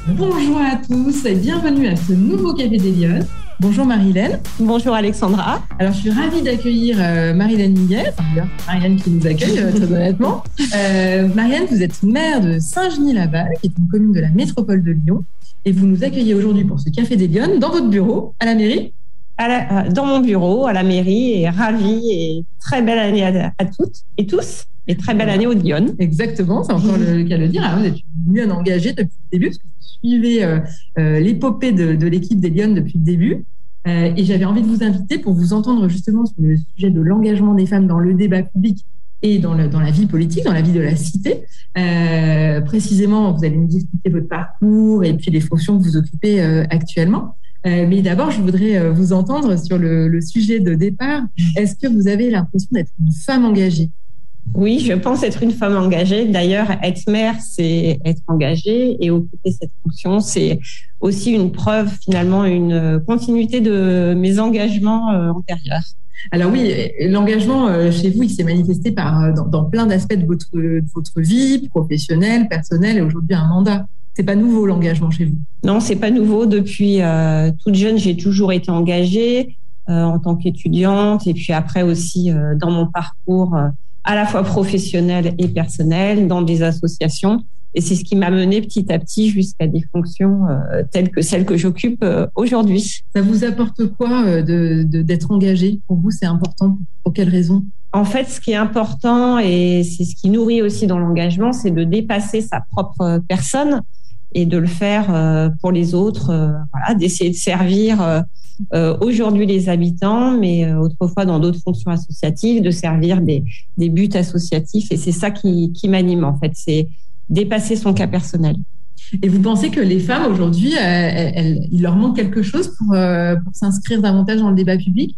Bonjour à tous et bienvenue à ce nouveau Café des Lyonnes. Bonjour Marie-Hélène. Bonjour Alexandra. Alors je suis ravie d'accueillir Marie-Hélène Minguet. C'est Marie-Hélène qui nous accueille très honnêtement. Marie-Hélène, vous êtes maire de Saint-Genis-Laval, qui est une commune de la métropole de Lyon. Et vous nous accueillez aujourd'hui pour ce Café des Lyonnes dans votre bureau, à la mairie. Dans mon bureau, à la mairie, et ravie et très belle année à toutes et tous. Et très belle année aux Lyonnes. Exactement, c'est encore le cas de le dire. Alors, vous êtes une Lyonne engagée depuis le début, parce que vous suivez l'épopée de l'équipe des Lyonnes depuis le début. Et j'avais envie de vous inviter pour vous entendre justement sur le sujet de l'engagement des femmes dans le débat public et dans la vie politique, dans la vie de la cité. Précisément, vous allez nous expliquer votre parcours et puis les fonctions que vous occupez actuellement. Mais d'abord, je voudrais vous entendre sur le sujet de départ. Est-ce que vous avez l'impression d'être une femme engagée ? Oui, je pense être une femme engagée. D'ailleurs, être maire, c'est être engagée et occuper cette fonction, c'est aussi une preuve, finalement, une continuité de mes engagements antérieurs. Alors oui, l'engagement chez vous, il s'est manifesté dans plein d'aspects de votre vie professionnelle, personnelle et aujourd'hui un mandat. C'est pas nouveau l'engagement chez vous? Non, c'est pas nouveau. Depuis toute jeune, j'ai toujours été engagée en tant qu'étudiante et puis après aussi dans mon parcours à la fois professionnel et personnel, dans des associations. Et c'est ce qui m'a menée petit à petit jusqu'à des fonctions telles que celles que j'occupe aujourd'hui. Ça vous apporte quoi d'être engagée? Pour vous, c'est important? Pour quelles raisons? En fait, ce qui est important, et c'est ce qui nourrit aussi dans l'engagement, c'est de dépasser sa propre personne et de le faire pour les autres, d'essayer de servir aujourd'hui les habitants, mais autrefois dans d'autres fonctions associatives, de servir des buts associatifs. Et c'est ça qui m'anime, en fait, c'est dépasser son cas personnel. Et vous pensez que les femmes, aujourd'hui, il leur manque quelque chose pour s'inscrire davantage dans le débat public?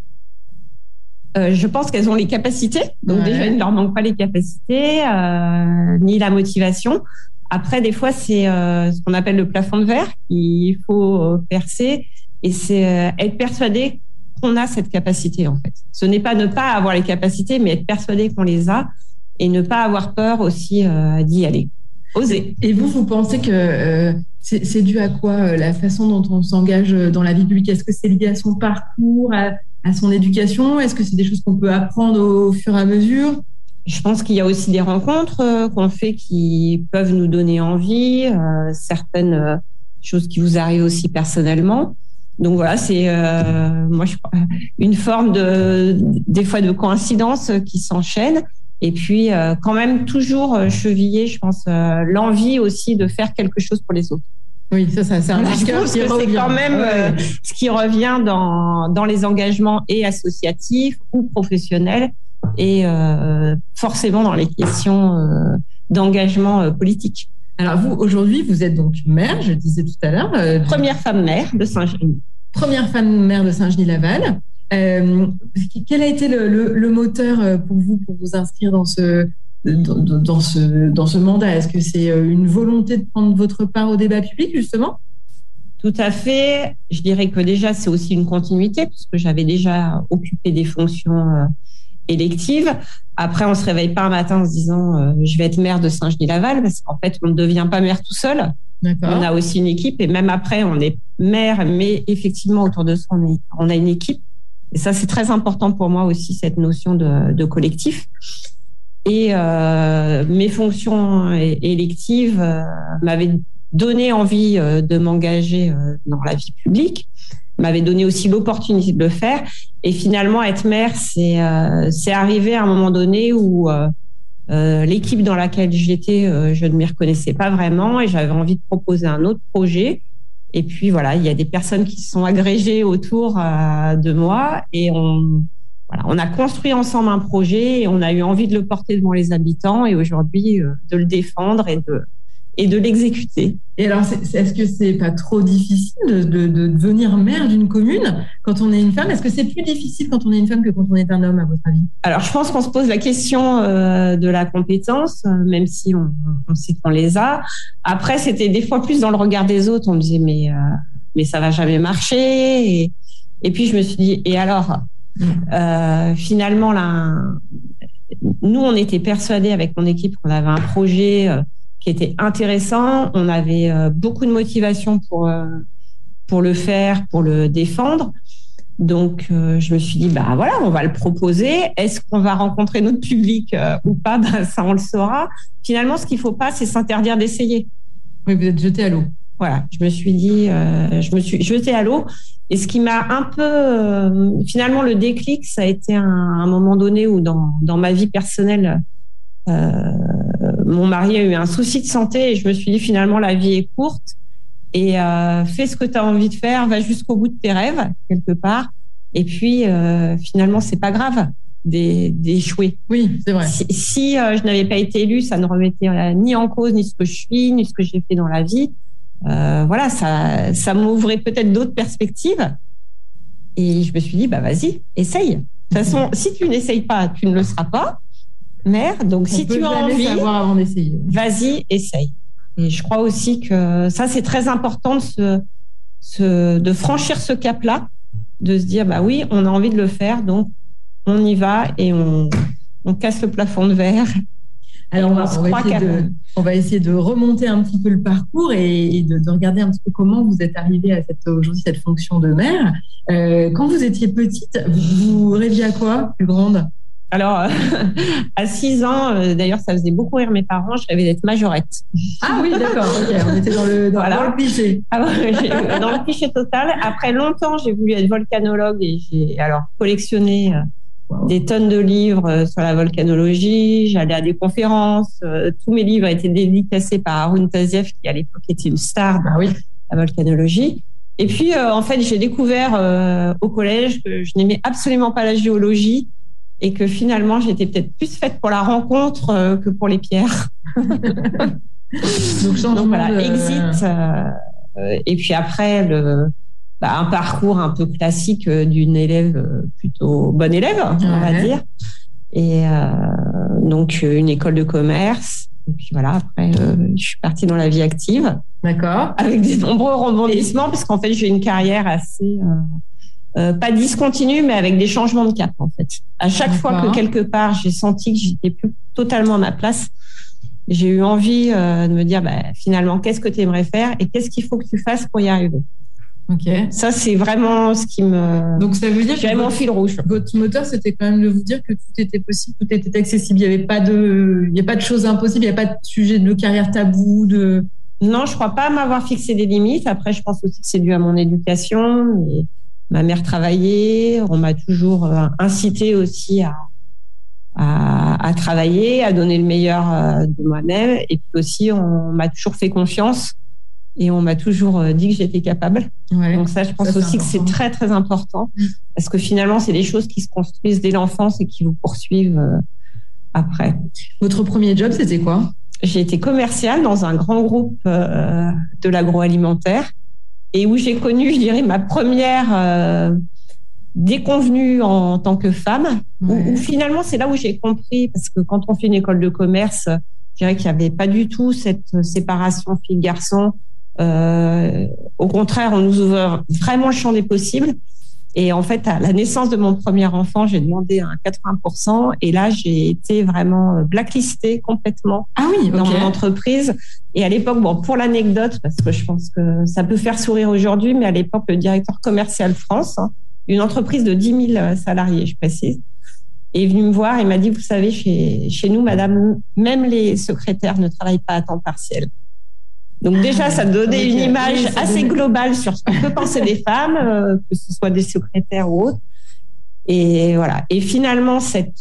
Je pense qu'elles ont les capacités. Donc déjà, il ne leur manque pas les capacités, ni la motivation. Après, des fois, c'est ce qu'on appelle le plafond de verre qu'il faut percer. Et c'est être persuadé qu'on a cette capacité, en fait. Ce n'est pas ne pas avoir les capacités, mais être persuadé qu'on les a et ne pas avoir peur aussi d'y aller. Oser. Et vous pensez que c'est dû à quoi la façon dont on s'engage dans la vie publique? Est-ce que c'est lié à son parcours, à son éducation? Est-ce que c'est des choses qu'on peut apprendre au fur et à mesure? Je pense qu'il y a aussi des rencontres qu'on fait qui peuvent nous donner envie, certaines choses qui vous arrivent aussi personnellement. Donc voilà, c'est moi je crois une forme des fois de coïncidence qui s'enchaîne. Et puis quand même toujours cheviller, je pense, l'envie aussi de faire quelque chose pour les autres. Oui, ça c'est un marqueur qui revient. C'est quand même ce qui revient dans les engagements et associatifs ou professionnels et forcément dans les questions d'engagement politique. Alors vous, aujourd'hui, vous êtes donc maire, je le disais tout à l'heure. Première femme maire de Saint-Genis. Première femme maire de Saint-Genis-Laval. Quel a été le moteur pour vous inscrire dans ce mandat? Est-ce que c'est une volonté de prendre votre part au débat public, justement? Tout à fait. Je dirais que déjà, c'est aussi une continuité, puisque j'avais déjà occupé des fonctions électives. Après, on ne se réveille pas un matin en se disant je vais être maire de Saint-Genis-Laval, parce qu'en fait, on ne devient pas maire tout seul. D'accord. On a aussi une équipe, et même après, on est maire, mais effectivement, autour de ça, on a une équipe. Et ça, c'est très important pour moi aussi, cette notion de collectif. Et mes fonctions électives m'avaient donné envie de m'engager dans la vie publique, m'avait donné aussi l'opportunité de le faire. Et finalement, être maire, c'est arrivé à un moment donné où l'équipe dans laquelle j'étais, je ne m'y reconnaissais pas vraiment et j'avais envie de proposer un autre projet. Et puis voilà, il y a des personnes qui se sont agrégées autour de moi et on a construit ensemble un projet et on a eu envie de le porter devant les habitants et aujourd'hui de le défendre et de l'exécuter. Et alors, est-ce que c'est pas trop difficile de devenir maire d'une commune quand on est une femme? Est-ce que c'est plus difficile quand on est une femme que quand on est un homme, à votre avis? Alors, je pense qu'on se pose la question de la compétence, même si on sait qu'on les a. Après, c'était des fois plus dans le regard des autres. On me disait, mais ça va jamais marcher. Et puis, je me suis dit, et alors finalement, là, nous, on était persuadés avec mon équipe qu'on avait un projet qui était intéressant. On avait beaucoup de motivation pour le faire, pour le défendre. Donc, je me suis dit, bah voilà, on va le proposer. Est-ce qu'on va rencontrer notre public ou pas? Ça, on le saura. Finalement, ce qu'il ne faut pas, c'est s'interdire d'essayer. Oui, vous êtes jeté à l'eau. Voilà, je me suis dit, je me suis jetée à l'eau. Et ce qui m'a un peu, finalement, le déclic, ça a été un moment donné où dans ma vie personnelle, mon mari a eu un souci de santé et je me suis dit, finalement, la vie est courte. Et fais ce que tu as envie de faire, va jusqu'au bout de tes rêves, quelque part. Et puis, finalement, c'est pas grave d'échouer. Oui, c'est vrai. Si je n'avais pas été élue, ça ne remettait ni en cause ni ce que je suis, ni ce que j'ai fait dans la vie. Voilà, ça m'ouvrait peut-être d'autres perspectives. Et je me suis dit, bah vas-y, essaye. De toute façon, si tu n'essayes pas, tu ne le seras pas, mère. Donc, si tu as envie, savoir avant d'essayer. Vas-y, essaye. Et je crois aussi que ça, c'est très important de franchir ce cap-là, de se dire, bah oui, on a envie de le faire, donc on y va et on casse le plafond de verre. Alors, on va essayer de remonter un petit peu le parcours et de regarder un petit peu comment vous êtes arrivée à aujourd'hui cette fonction de mère. Quand vous étiez petite, vous rêviez à quoi, plus grande? Alors, à 6 ans, d'ailleurs, ça faisait beaucoup rire mes parents, je rêvais d'être majorette. Ah oui, d'accord, ok, on était dans le cliché. Dans le cliché total. Après longtemps, j'ai voulu être volcanologue et j'ai collectionné des tonnes de livres sur la volcanologie. J'allais à des conférences. Tous mes livres étaient dédicacés par Haroun Tazieff, qui à l'époque était une star de la volcanologie. Et puis, en fait, j'ai découvert au collège que je n'aimais absolument pas la géologie et que finalement, j'étais peut-être plus faite pour la rencontre que pour les pierres. Donc voilà, exit. Et puis après, un parcours un peu classique d'une élève plutôt bonne élève, on va dire. Et donc, une école de commerce. Et puis voilà, après, je suis partie dans la vie active. D'accord. Avec des nombreux rebondissements, parce qu'en fait, j'ai une carrière assez... pas discontinue, mais avec des changements de cap, en fait. À chaque fois que quelque part, j'ai senti que j'étais plus totalement à ma place, j'ai eu envie de me dire, finalement, qu'est-ce que tu aimerais faire et qu'est-ce qu'il faut que tu fasses pour y arriver. Ok. Ça, c'est vraiment ce qui me... Donc, ça veut dire que mon fil rouge. Votre moteur, c'était quand même de vous dire que tout était possible, tout était accessible. Il n'y avait pas de choses impossibles, il n'y a pas de sujet de carrière tabou, Non, je crois pas m'avoir fixé des limites. Après, je pense aussi que c'est dû à mon éducation. Mais ma mère travaillait. On m'a toujours incité aussi à travailler, à donner le meilleur de moi-même. Et puis aussi, on m'a toujours fait confiance. Et on m'a toujours dit que j'étais capable. Ouais, donc ça, je pense aussi que c'est très, très important. Parce que finalement, c'est des choses qui se construisent dès l'enfance et qui vous poursuivent après. Votre premier job, c'était quoi? J'ai été commerciale dans un grand groupe de l'agroalimentaire et où j'ai connu, je dirais, ma première déconvenue en tant que femme. Où finalement, c'est là où j'ai compris, parce que quand on fait une école de commerce, je dirais qu'il n'y avait pas du tout cette séparation fille-garçon. Au contraire, on nous ouvre vraiment le champ des possibles. Et en fait, à la naissance de mon premier enfant, j'ai demandé un 80%. Et là, j'ai été vraiment blacklistée complètement dans mon entreprise. Et à l'époque, pour l'anecdote, parce que je pense que ça peut faire sourire aujourd'hui, mais à l'époque, le directeur commercial France, une entreprise de 10 000 salariés, je précise, est venu me voir et m'a dit, vous savez, chez nous, madame, même les secrétaires ne travaillent pas à temps partiel. Donc déjà, ça donnait une image assez globale sur ce qu'on peut penser des femmes, que ce soit des secrétaires ou autres. Et voilà. Et finalement, c'est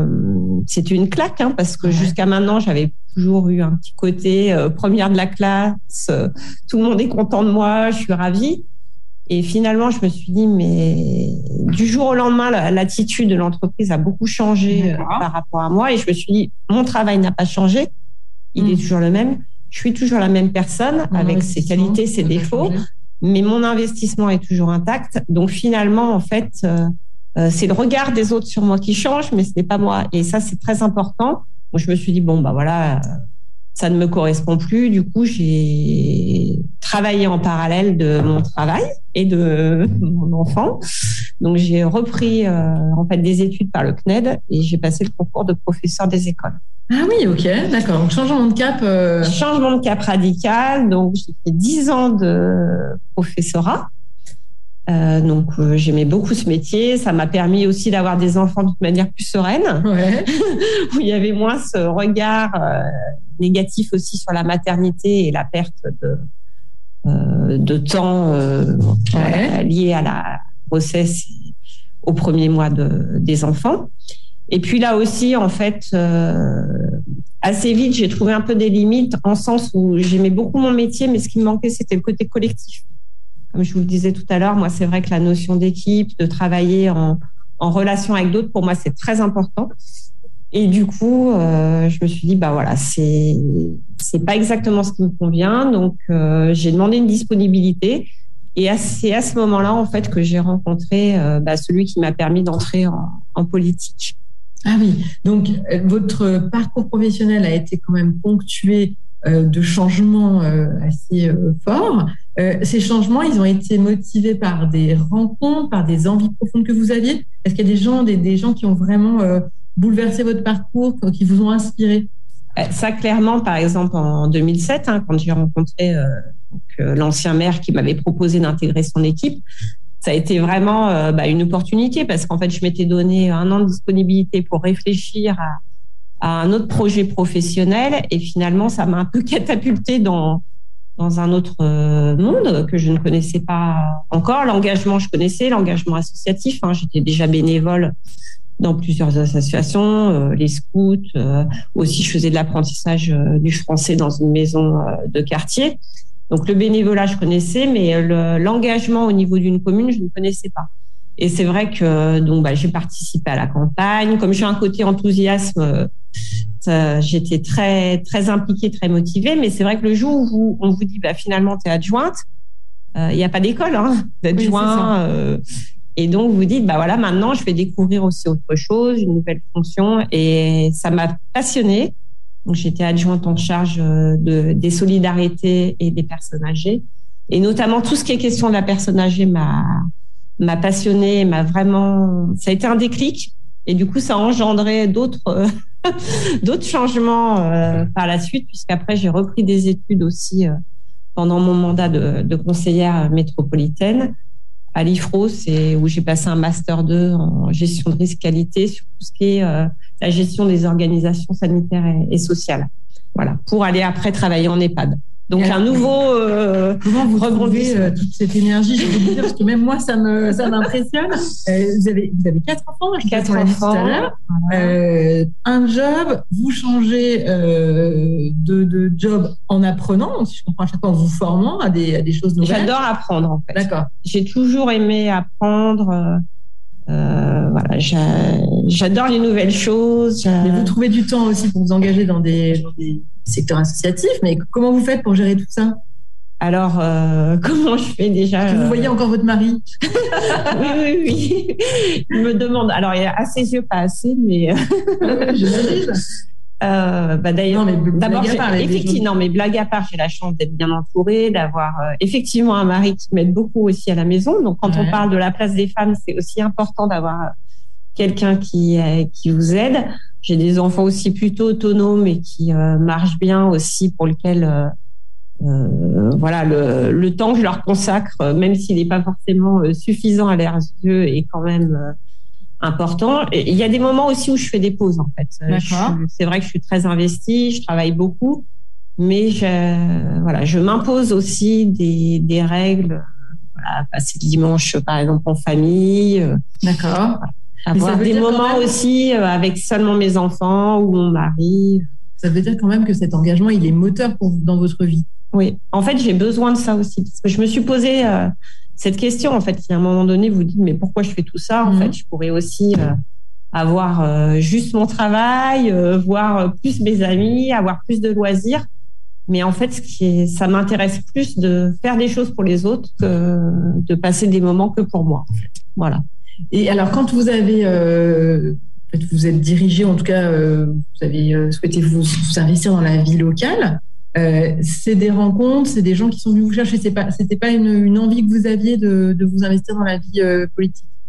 une claque, parce que jusqu'à maintenant, j'avais toujours eu un petit côté première de la classe. Tout le monde est content de moi, je suis ravie. Et finalement, je me suis dit, mais du jour au lendemain, l'attitude de l'entreprise a beaucoup changé par rapport à moi. Et je me suis dit, mon travail n'a pas changé, il est toujours le même. Je suis toujours la même personne avec ses qualités, ses défauts, mais mon investissement est toujours intact. Donc finalement, en fait, c'est le regard des autres sur moi qui change, mais ce n'est pas moi. Et ça, c'est très important. Donc je me suis dit, voilà, ça ne me correspond plus. Du coup, j'ai travaillé en parallèle de mon travail et de mon enfant. Donc j'ai repris en fait des études par le CNED et j'ai passé le concours de professeur des écoles. Ah oui, ok, d'accord. Donc, changement de cap. Changement de cap radical. Donc, j'ai fait 10 ans de professorat. Donc, j'aimais beaucoup ce métier. Ça m'a permis aussi d'avoir des enfants d'une manière plus sereine, Ouais. où il y avait moins ce regard négatif aussi sur la maternité et la perte de temps lié à la grossesse et aux premiers mois des enfants. Et puis là aussi, en fait, assez vite, j'ai trouvé un peu des limites en sens où j'aimais beaucoup mon métier, mais ce qui me manquait, c'était le côté collectif. Comme je vous le disais tout à l'heure, moi, c'est vrai que la notion d'équipe, de travailler en relation avec d'autres, pour moi, c'est très important. Et du coup, je me suis dit, bah voilà, c'est pas exactement ce qui me convient. Donc, j'ai demandé une disponibilité. Et c'est à ce moment-là, en fait, que j'ai rencontré celui qui m'a permis d'entrer en politique. Ah oui, donc votre parcours professionnel a été quand même ponctué de changements assez forts. Ces changements, ils ont été motivés par des rencontres, par des envies profondes que vous aviez. Est-ce qu'il y a des gens qui ont vraiment bouleversé votre parcours, qui vous ont inspiré? Ça, clairement, par exemple, en 2007, quand j'ai rencontré l'ancien maire qui m'avait proposé d'intégrer son équipe, ça a été vraiment une opportunité parce qu'en fait, je m'étais donné 1 an de disponibilité pour réfléchir à un autre projet professionnel et finalement, ça m'a un peu catapulté dans un autre monde que je ne connaissais pas encore. L'engagement, je connaissais, l'engagement associatif. J'étais déjà bénévole dans plusieurs associations, les scouts. Aussi, je faisais de l'apprentissage du français dans une maison de quartier. Donc, le bénévolat, je connaissais, mais l'engagement au niveau d'une commune, je ne connaissais pas. Et c'est vrai que j'ai participé à la campagne. Comme j'ai un côté enthousiasme, j'étais très, très impliquée, très motivée. Mais c'est vrai que le jour où on vous dit finalement, tu es adjointe, il n'y a pas d'école d'adjoint. Oui, et donc, vous dites, maintenant, je vais découvrir aussi autre chose, une nouvelle fonction. Et ça m'a passionnée. Donc, j'étais adjointe en charge des solidarités et des personnes âgées. Et notamment, tout ce qui est question de la personne âgée m'a passionnée, ça a été un déclic. Et du coup, ça a engendré d'autres changements par la suite, puisqu'après, j'ai repris des études aussi pendant mon mandat de conseillère métropolitaine à l'IFRO, c'est où j'ai passé un master 2 en gestion de risque qualité sur tout ce qui est la gestion des organisations sanitaires et sociales. Voilà, pour aller après travailler en EHPAD. Donc un nouveau comment vous trouvez toute cette énergie? Je vais vous dire parce que même moi ça m'impressionne. Vous avez 4 enfants, je 4 enfants. Tout à l'heure. Voilà. Un job, vous changez de job en apprenant, si je comprends à chaque fois en vous formant à des choses nouvelles. J'adore apprendre en fait. D'accord. J'ai toujours aimé apprendre. J'adore les nouvelles choses. Mais vous trouvez du temps aussi pour vous engager dans des secteurs associatifs, mais comment vous faites pour gérer tout ça? Alors, comment je fais déjà? Est-ce que vous voyez encore votre mari? Oui. Il me demande. Alors, il a à ses yeux pas assez, mais. J'imagine. D'ailleurs, d'abord, mais blague à part, j'ai la chance d'être bien entourée, d'avoir effectivement un mari qui m'aide beaucoup aussi à la maison. Donc, quand on parle de la place des femmes, c'est aussi important d'avoir quelqu'un qui vous aide. J'ai des enfants aussi plutôt autonomes et qui marchent bien aussi, pour lequel le temps que je leur consacre, même s'il n'est pas forcément suffisant à leurs yeux, est quand même important. Et il y a des moments aussi où je fais des pauses, en fait. C'est vrai que je suis très investie, je travaille beaucoup, mais je m'impose aussi des règles. Passer le dimanche, par exemple, en famille. D'accord. Avoir des moments aussi avec seulement mes enfants ou mon mari. Ça veut dire quand même que cet engagement, il est moteur pour vous dans votre vie. Oui. En fait, j'ai besoin de ça aussi. Parce que je me suis posé cette question, en fait. Si à un moment donné, vous dites, mais pourquoi je fais tout ça? En fait, je pourrais aussi avoir juste mon travail, voir plus mes amis, avoir plus de loisirs. Mais en fait, ça m'intéresse plus de faire des choses pour les autres que de passer des moments que pour moi. En fait. Voilà. Et alors, quand vous avez, vous êtes dirigé, en tout cas, vous avez souhaité vous investir dans la vie locale, c'est des rencontres, c'est des gens qui sont venus vous chercher. C'était pas une envie que vous aviez de vous investir dans la vie politique?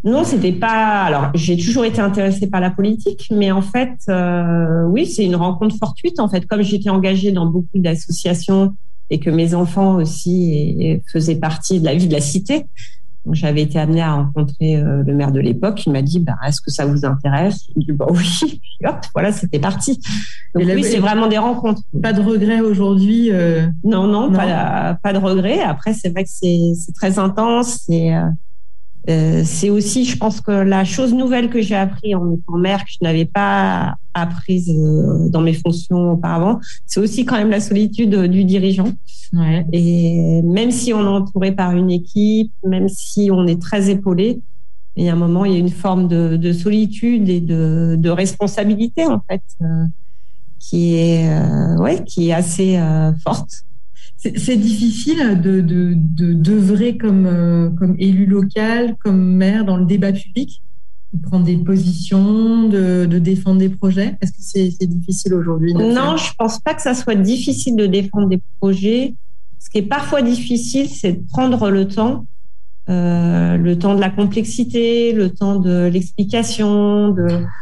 Non, c'était pas. Alors, j'ai toujours été intéressée par la politique, mais en fait, oui, c'est une rencontre fortuite. En fait, comme j'étais engagée dans beaucoup d'associations et que mes enfants aussi faisaient partie de la vie de la cité, donc j'avais été amenée à rencontrer le maire de l'époque. Il m'a dit, est-ce que ça vous intéresse? J'ai dit, oui. Puis, hop, voilà, c'était parti. Donc oui, c'est vraiment des rencontres. Pas de regret aujourd'hui? Non. Pas de regret. Après, c'est vrai que c'est très intense. C'est aussi, je pense que la chose nouvelle que j'ai appris en étant mère, que je n'avais pas apprise dans mes fonctions auparavant, c'est aussi quand même la solitude du dirigeant. Ouais. Et même si on est entouré par une équipe, même si on est très épaulé, il y a un moment, il y a une forme de solitude et de responsabilité, en fait, qui est assez forte. C'est difficile d'œuvrer comme élu local, comme maire dans le débat public, de prendre des positions, de défendre des projets. Est-ce que c'est difficile aujourd'hui? Non, je pense pas que ça soit difficile de défendre des projets. Ce qui est parfois difficile, c'est de prendre le temps de la complexité, le temps de l'explication,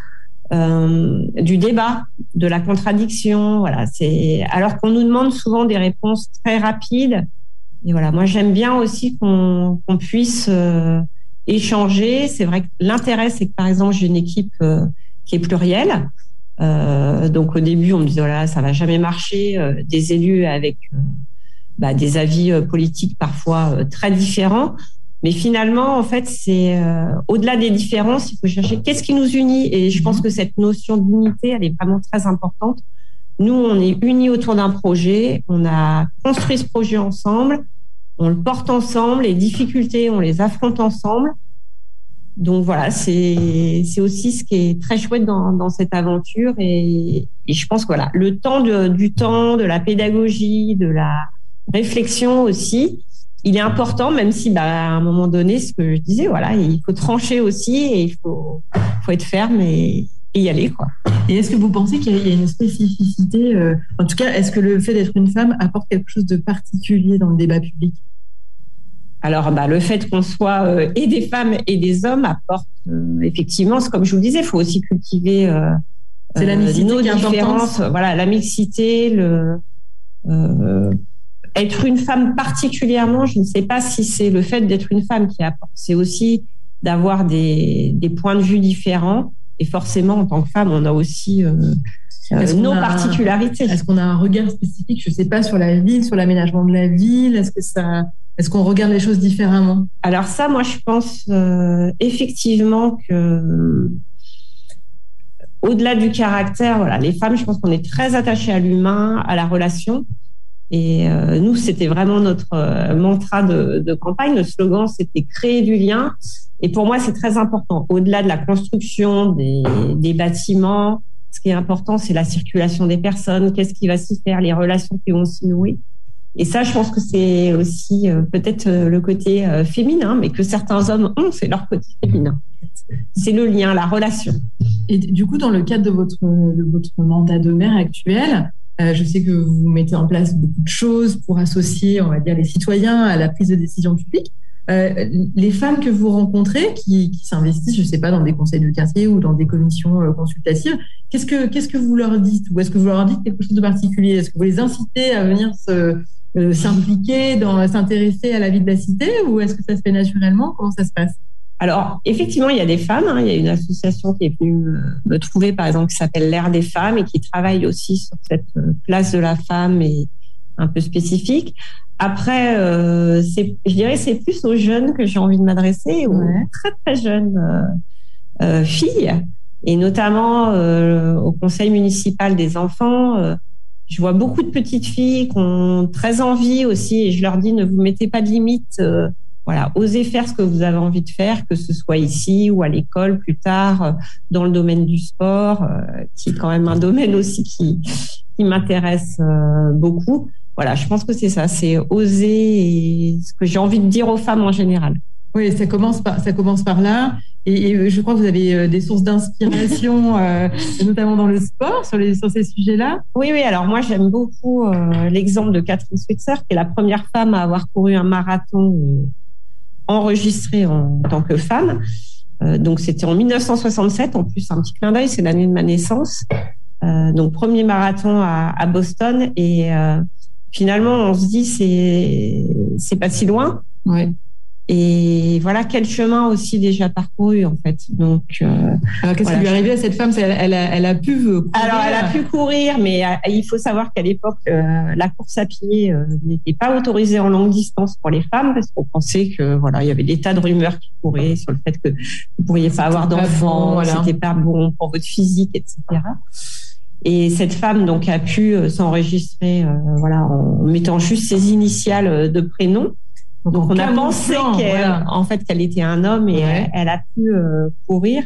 du débat, de la contradiction. Voilà, alors qu'on nous demande souvent des réponses très rapides. Et voilà, moi j'aime bien aussi qu'on puisse échanger. C'est vrai que l'intérêt, c'est que par exemple j'ai une équipe qui est plurielle. Donc au début, on me disait voilà, ça va jamais marcher. Des élus avec des avis politiques parfois très différents. Mais finalement, en fait, c'est au-delà des différences, il faut chercher qu'est-ce qui nous unit. Et je pense que cette notion d'unité, elle est vraiment très importante. Nous, on est unis autour d'un projet. On a construit ce projet ensemble. On le porte ensemble. Les difficultés, on les affronte ensemble. Donc voilà, c'est aussi ce qui est très chouette dans cette aventure. Et je pense que voilà, le temps de la pédagogie, de la réflexion aussi, il est important, même si à un moment donné, ce que je disais, voilà, il faut trancher aussi et il faut être ferme et y aller, quoi. Et est-ce que vous pensez qu'il y a une spécificité, en tout cas, est-ce que le fait d'être une femme apporte quelque chose de particulier dans le débat public? Alors, le fait qu'on soit et des femmes et des hommes apporte effectivement, comme je vous le disais, il faut aussi cultiver c'est la mixité nos qui est différences. Importante. Voilà, la mixité, être une femme particulièrement, je ne sais pas si c'est le fait d'être une femme qui apporte. C'est aussi d'avoir des points de vue différents. Et forcément, en tant que femme, on a aussi nos particularités. Est-ce qu'on a un regard spécifique, je ne sais pas, sur la ville, sur l'aménagement de la ville? Est-ce qu'on regarde les choses différemment? Alors ça, moi, je pense effectivement que au-delà du caractère, voilà, les femmes, je pense qu'on est très attachées à l'humain, à la relation. Et nous, c'était vraiment notre mantra de campagne. Le slogan, c'était créer du lien. Et pour moi, c'est très important. Au-delà de la construction des bâtiments, ce qui est important, c'est la circulation des personnes. Qu'est-ce qui va s'y faire, les relations qui vont s'y nouer. Et ça, je pense que c'est aussi peut-être le côté féminin, mais que certains hommes ont, c'est leur côté féminin. C'est le lien, la relation. Et du coup, dans le cadre de votre mandat de maire actuel, je sais que vous mettez en place beaucoup de choses pour associer, on va dire, les citoyens à la prise de décision publique. Les femmes que vous rencontrez, qui s'investissent, je ne sais pas, dans des conseils de quartier ou dans des commissions consultatives, qu'est-ce que vous leur dites? Ou est-ce que vous leur dites quelque chose de particulier? Est-ce que vous les incitez à venir s'impliquer, s'intéresser à la vie de la cité, ou est-ce que ça se fait naturellement? Comment ça se passe? Alors, effectivement, il y a des femmes. Il y a une association qui est venue me trouver, par exemple, qui s'appelle l'Air des femmes et qui travaille aussi sur cette place de la femme et un peu spécifique. Après, je dirais c'est plus aux jeunes que j'ai envie de m'adresser, aux très, très jeunes filles, et notamment au conseil municipal des enfants. Je vois beaucoup de petites filles qui ont très envie aussi, et je leur dis, ne vous mettez pas de limites. Voilà, osez faire ce que vous avez envie de faire, que ce soit ici ou à l'école plus tard, dans le domaine du sport, qui est quand même un domaine aussi qui m'intéresse beaucoup. Voilà, je pense que c'est ça, c'est oser, et ce que j'ai envie de dire aux femmes en général. Oui, ça commence par là. Et je crois que vous avez des sources d'inspiration, notamment dans le sport, sur ces sujets-là. Oui. Alors moi, j'aime beaucoup l'exemple de Catherine Switzer, qui est la première femme à avoir couru un marathon enregistré en tant que femme. Donc, c'était en 1967. En plus, un petit clin d'œil, c'est l'année de ma naissance. Donc, premier marathon à Boston. Et finalement, on se dit, c'est pas si loin. Ouais. Et voilà, quel chemin aussi déjà parcouru, en fait. Donc, alors, qu'est-ce qui lui est arrivé à cette femme? Elle a pu courir. Alors, elle a pu courir, mais il faut savoir qu'à l'époque, la course à pied n'était pas autorisée en longue distance pour les femmes, parce qu'on pensait que voilà, il y avait des tas de rumeurs qui couraient sur le fait que vous pourriez pas avoir d'enfants, voilà. C'était pas bon pour votre physique, etc. Et cette femme donc a pu s'enregistrer, voilà, en mettant juste ses initiales de prénom. Donc on a pensé qu'elle était un homme et elle a pu courir.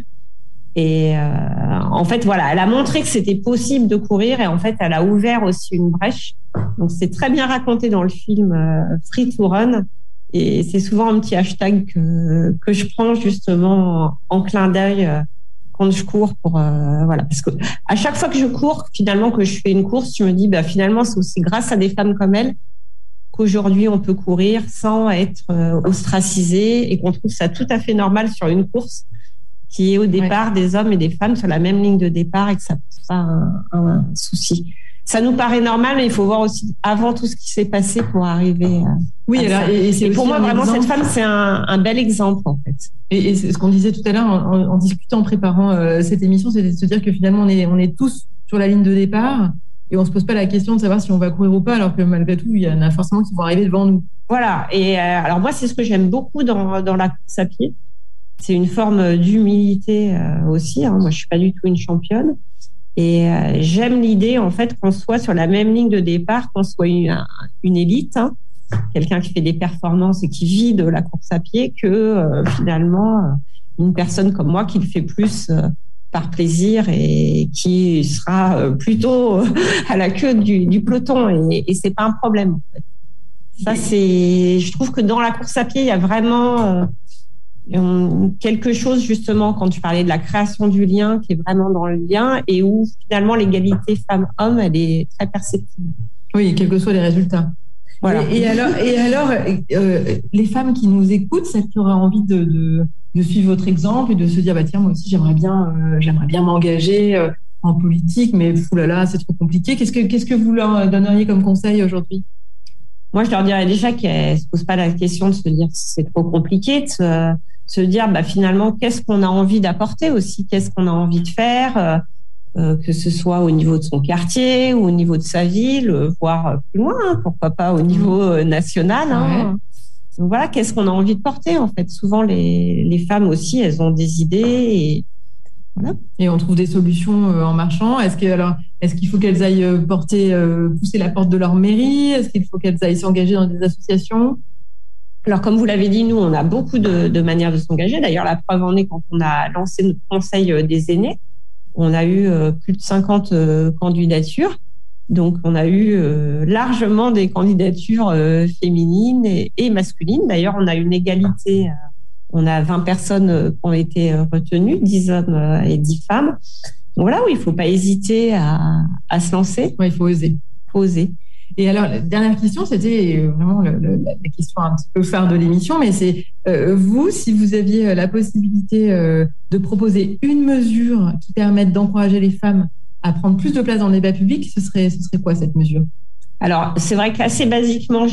Et en fait, voilà, elle a montré que c'était possible de courir et en fait, elle a ouvert aussi une brèche. Donc c'est très bien raconté dans le film Free to Run et c'est souvent un petit hashtag que je prends justement en clin d'œil quand je cours pour voilà, parce que à chaque fois que je cours, finalement que je fais une course, je me dis finalement c'est aussi grâce à des femmes comme elle qu'aujourd'hui on peut courir sans être ostracisé et qu'on trouve ça tout à fait normal sur une course qui est au départ des hommes et des femmes sur la même ligne de départ et que ça pose pas un souci. Ça nous paraît normal, mais il faut voir aussi avant tout ce qui s'est passé pour arriver à ça. Et pour moi, vraiment, cette femme, c'est un bel exemple, en fait. Et c'est ce qu'on disait tout à l'heure en discutant, en préparant cette émission, c'était de se dire que finalement, on est tous sur la ligne de départ et on se pose pas la question de savoir si on va courir ou pas, alors que malgré tout, il y en a forcément qui vont arriver devant nous. Voilà. Et alors moi, c'est ce que j'aime beaucoup dans la course à pied. C'est une forme d'humilité aussi. Moi, je suis pas du tout une championne. Et j'aime l'idée, en fait, qu'on soit sur la même ligne de départ, qu'on soit une élite, quelqu'un qui fait des performances et qui vit de la course à pied, que finalement, une personne comme moi qui le fait plus par plaisir et qui sera plutôt à la queue du peloton. Et c'est pas un problème, en fait. Ça, je trouve que dans la course à pied, il y a vraiment quelque chose, justement, quand tu parlais de la création du lien, qui est vraiment dans le lien et où finalement l'égalité femmes-hommes, elle est très perceptible. Oui, quels que soient les résultats. Voilà. Et alors, les femmes qui nous écoutent, celles qui auraient envie de suivre votre exemple et de se dire, tiens, moi aussi, j'aimerais bien m'engager en politique, mais là, c'est trop compliqué. Qu'est-ce que vous leur donneriez comme conseil aujourd'hui? Moi, je leur dirais déjà qu'elles ne se posent pas la question de se dire si c'est trop compliqué, de se dire finalement qu'est-ce qu'on a envie d'apporter aussi, qu'est-ce qu'on a envie de faire, que ce soit au niveau de son quartier ou au niveau de sa ville, voire plus loin, pourquoi pas au niveau national. Donc voilà, qu'est-ce qu'on a envie de porter en fait. Souvent les femmes aussi, elles ont des idées et voilà. Et on trouve des solutions en marchant. Est-ce qu'il faut qu'elles aillent pousser la porte de leur mairie? Est-ce qu'il faut qu'elles aillent s'engager dans des associations? Alors, comme vous l'avez dit, nous, on a beaucoup de manières de s'engager. D'ailleurs, la preuve en est quand on a lancé notre conseil des aînés, on a eu plus de 50 candidatures. Donc, on a eu largement des candidatures féminines et masculines. D'ailleurs, on a une égalité. On a 20 personnes qui ont été retenues, 10 hommes et 10 femmes. Donc voilà, il ne faut pas hésiter à se lancer. Oui, il faut oser. Et alors, la dernière question, c'était vraiment la question un petit peu phare de l'émission, mais c'est vous, si vous aviez la possibilité de proposer une mesure qui permette d'encourager les femmes à prendre plus de place dans le débat public, ce serait quoi cette mesure? Alors, c'est vrai qu'assez basiquement,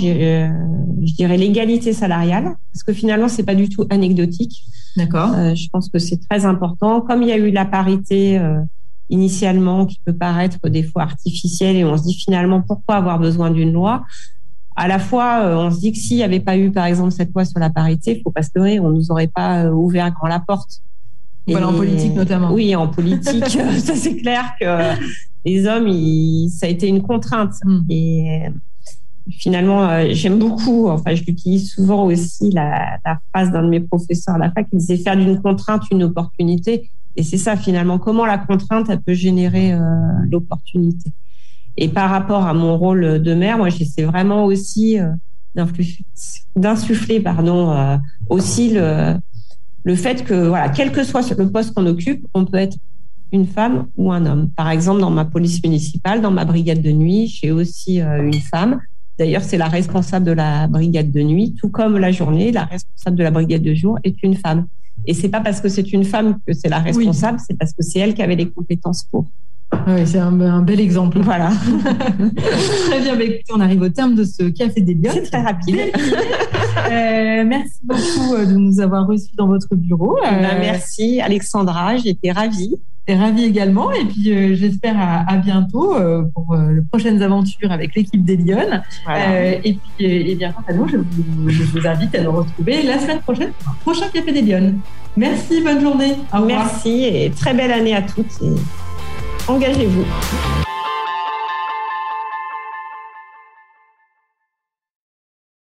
je dirais l'égalité salariale, parce que finalement, c'est pas du tout anecdotique. D'accord. Je pense que c'est très important. Comme il y a eu la parité initialement, qui peut paraître des fois artificielle, et on se dit finalement, pourquoi avoir besoin d'une loi? À la fois, on se dit que s'il n'y avait pas eu, par exemple, cette loi sur la parité, il faut pas se leurrer, on nous aurait pas ouvert grand la porte. Voilà, en politique notamment. Oui, en politique, ça c'est clair que les hommes, ça a été une contrainte. Et finalement, j'aime beaucoup, je l'utilise souvent aussi, la phrase d'un de mes professeurs à la fac qui disait faire d'une contrainte une opportunité. Et c'est ça finalement, comment la contrainte, elle peut générer l'opportunité. Et par rapport à mon rôle de mère, moi j'essaie vraiment aussi d'insuffler aussi le fait que voilà, quel que soit le poste qu'on occupe, on peut être une femme ou un homme. Par exemple, dans ma police municipale, dans ma brigade de nuit, j'ai aussi une femme. D'ailleurs, c'est la responsable de la brigade de nuit, tout comme la journée, la responsable de la brigade de jour est une femme. Et c'est pas parce que c'est une femme que c'est la responsable, c'est parce que c'est elle qui avait les compétences pour. Oui, c'est un bel exemple. Voilà. Très bien, écoutez, on arrive au terme de ce Café des Lionnes. C'est très rapide. Merci beaucoup de nous avoir reçus dans votre bureau. Merci Alexandra, j'étais ravie. J'étais ravie également. Et puis, j'espère à bientôt pour de prochaines aventures avec l'équipe des Lionnes. Voilà. Et puis, bien, quant à nous, je vous invite à nous retrouver la semaine prochaine pour un prochain Café des Lionnes. Merci, bonne journée. Au revoir. Merci et très belle année à toutes. Et engagez-vous.